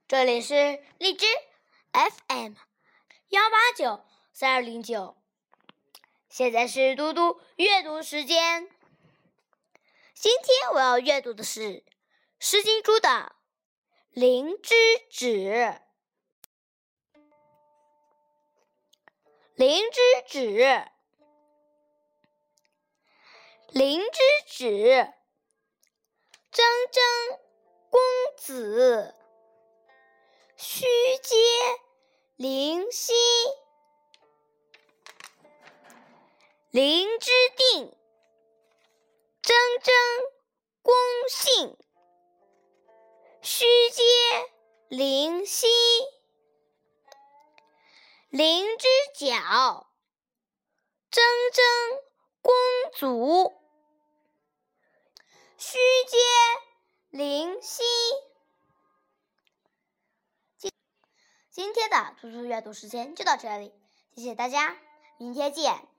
这里是荔枝 FM 1893209，现在是嘟嘟阅读时间。今天我要阅读的是诗经中的《灵之止》。灵之止，灵之止，铮铮公子，须嗟灵犀。灵之定，铮铮公信，须嗟灵犀。灵之角，铮铮公足，须嗟灵犀。今天的读书阅读时间就到这里，谢谢大家，明天见。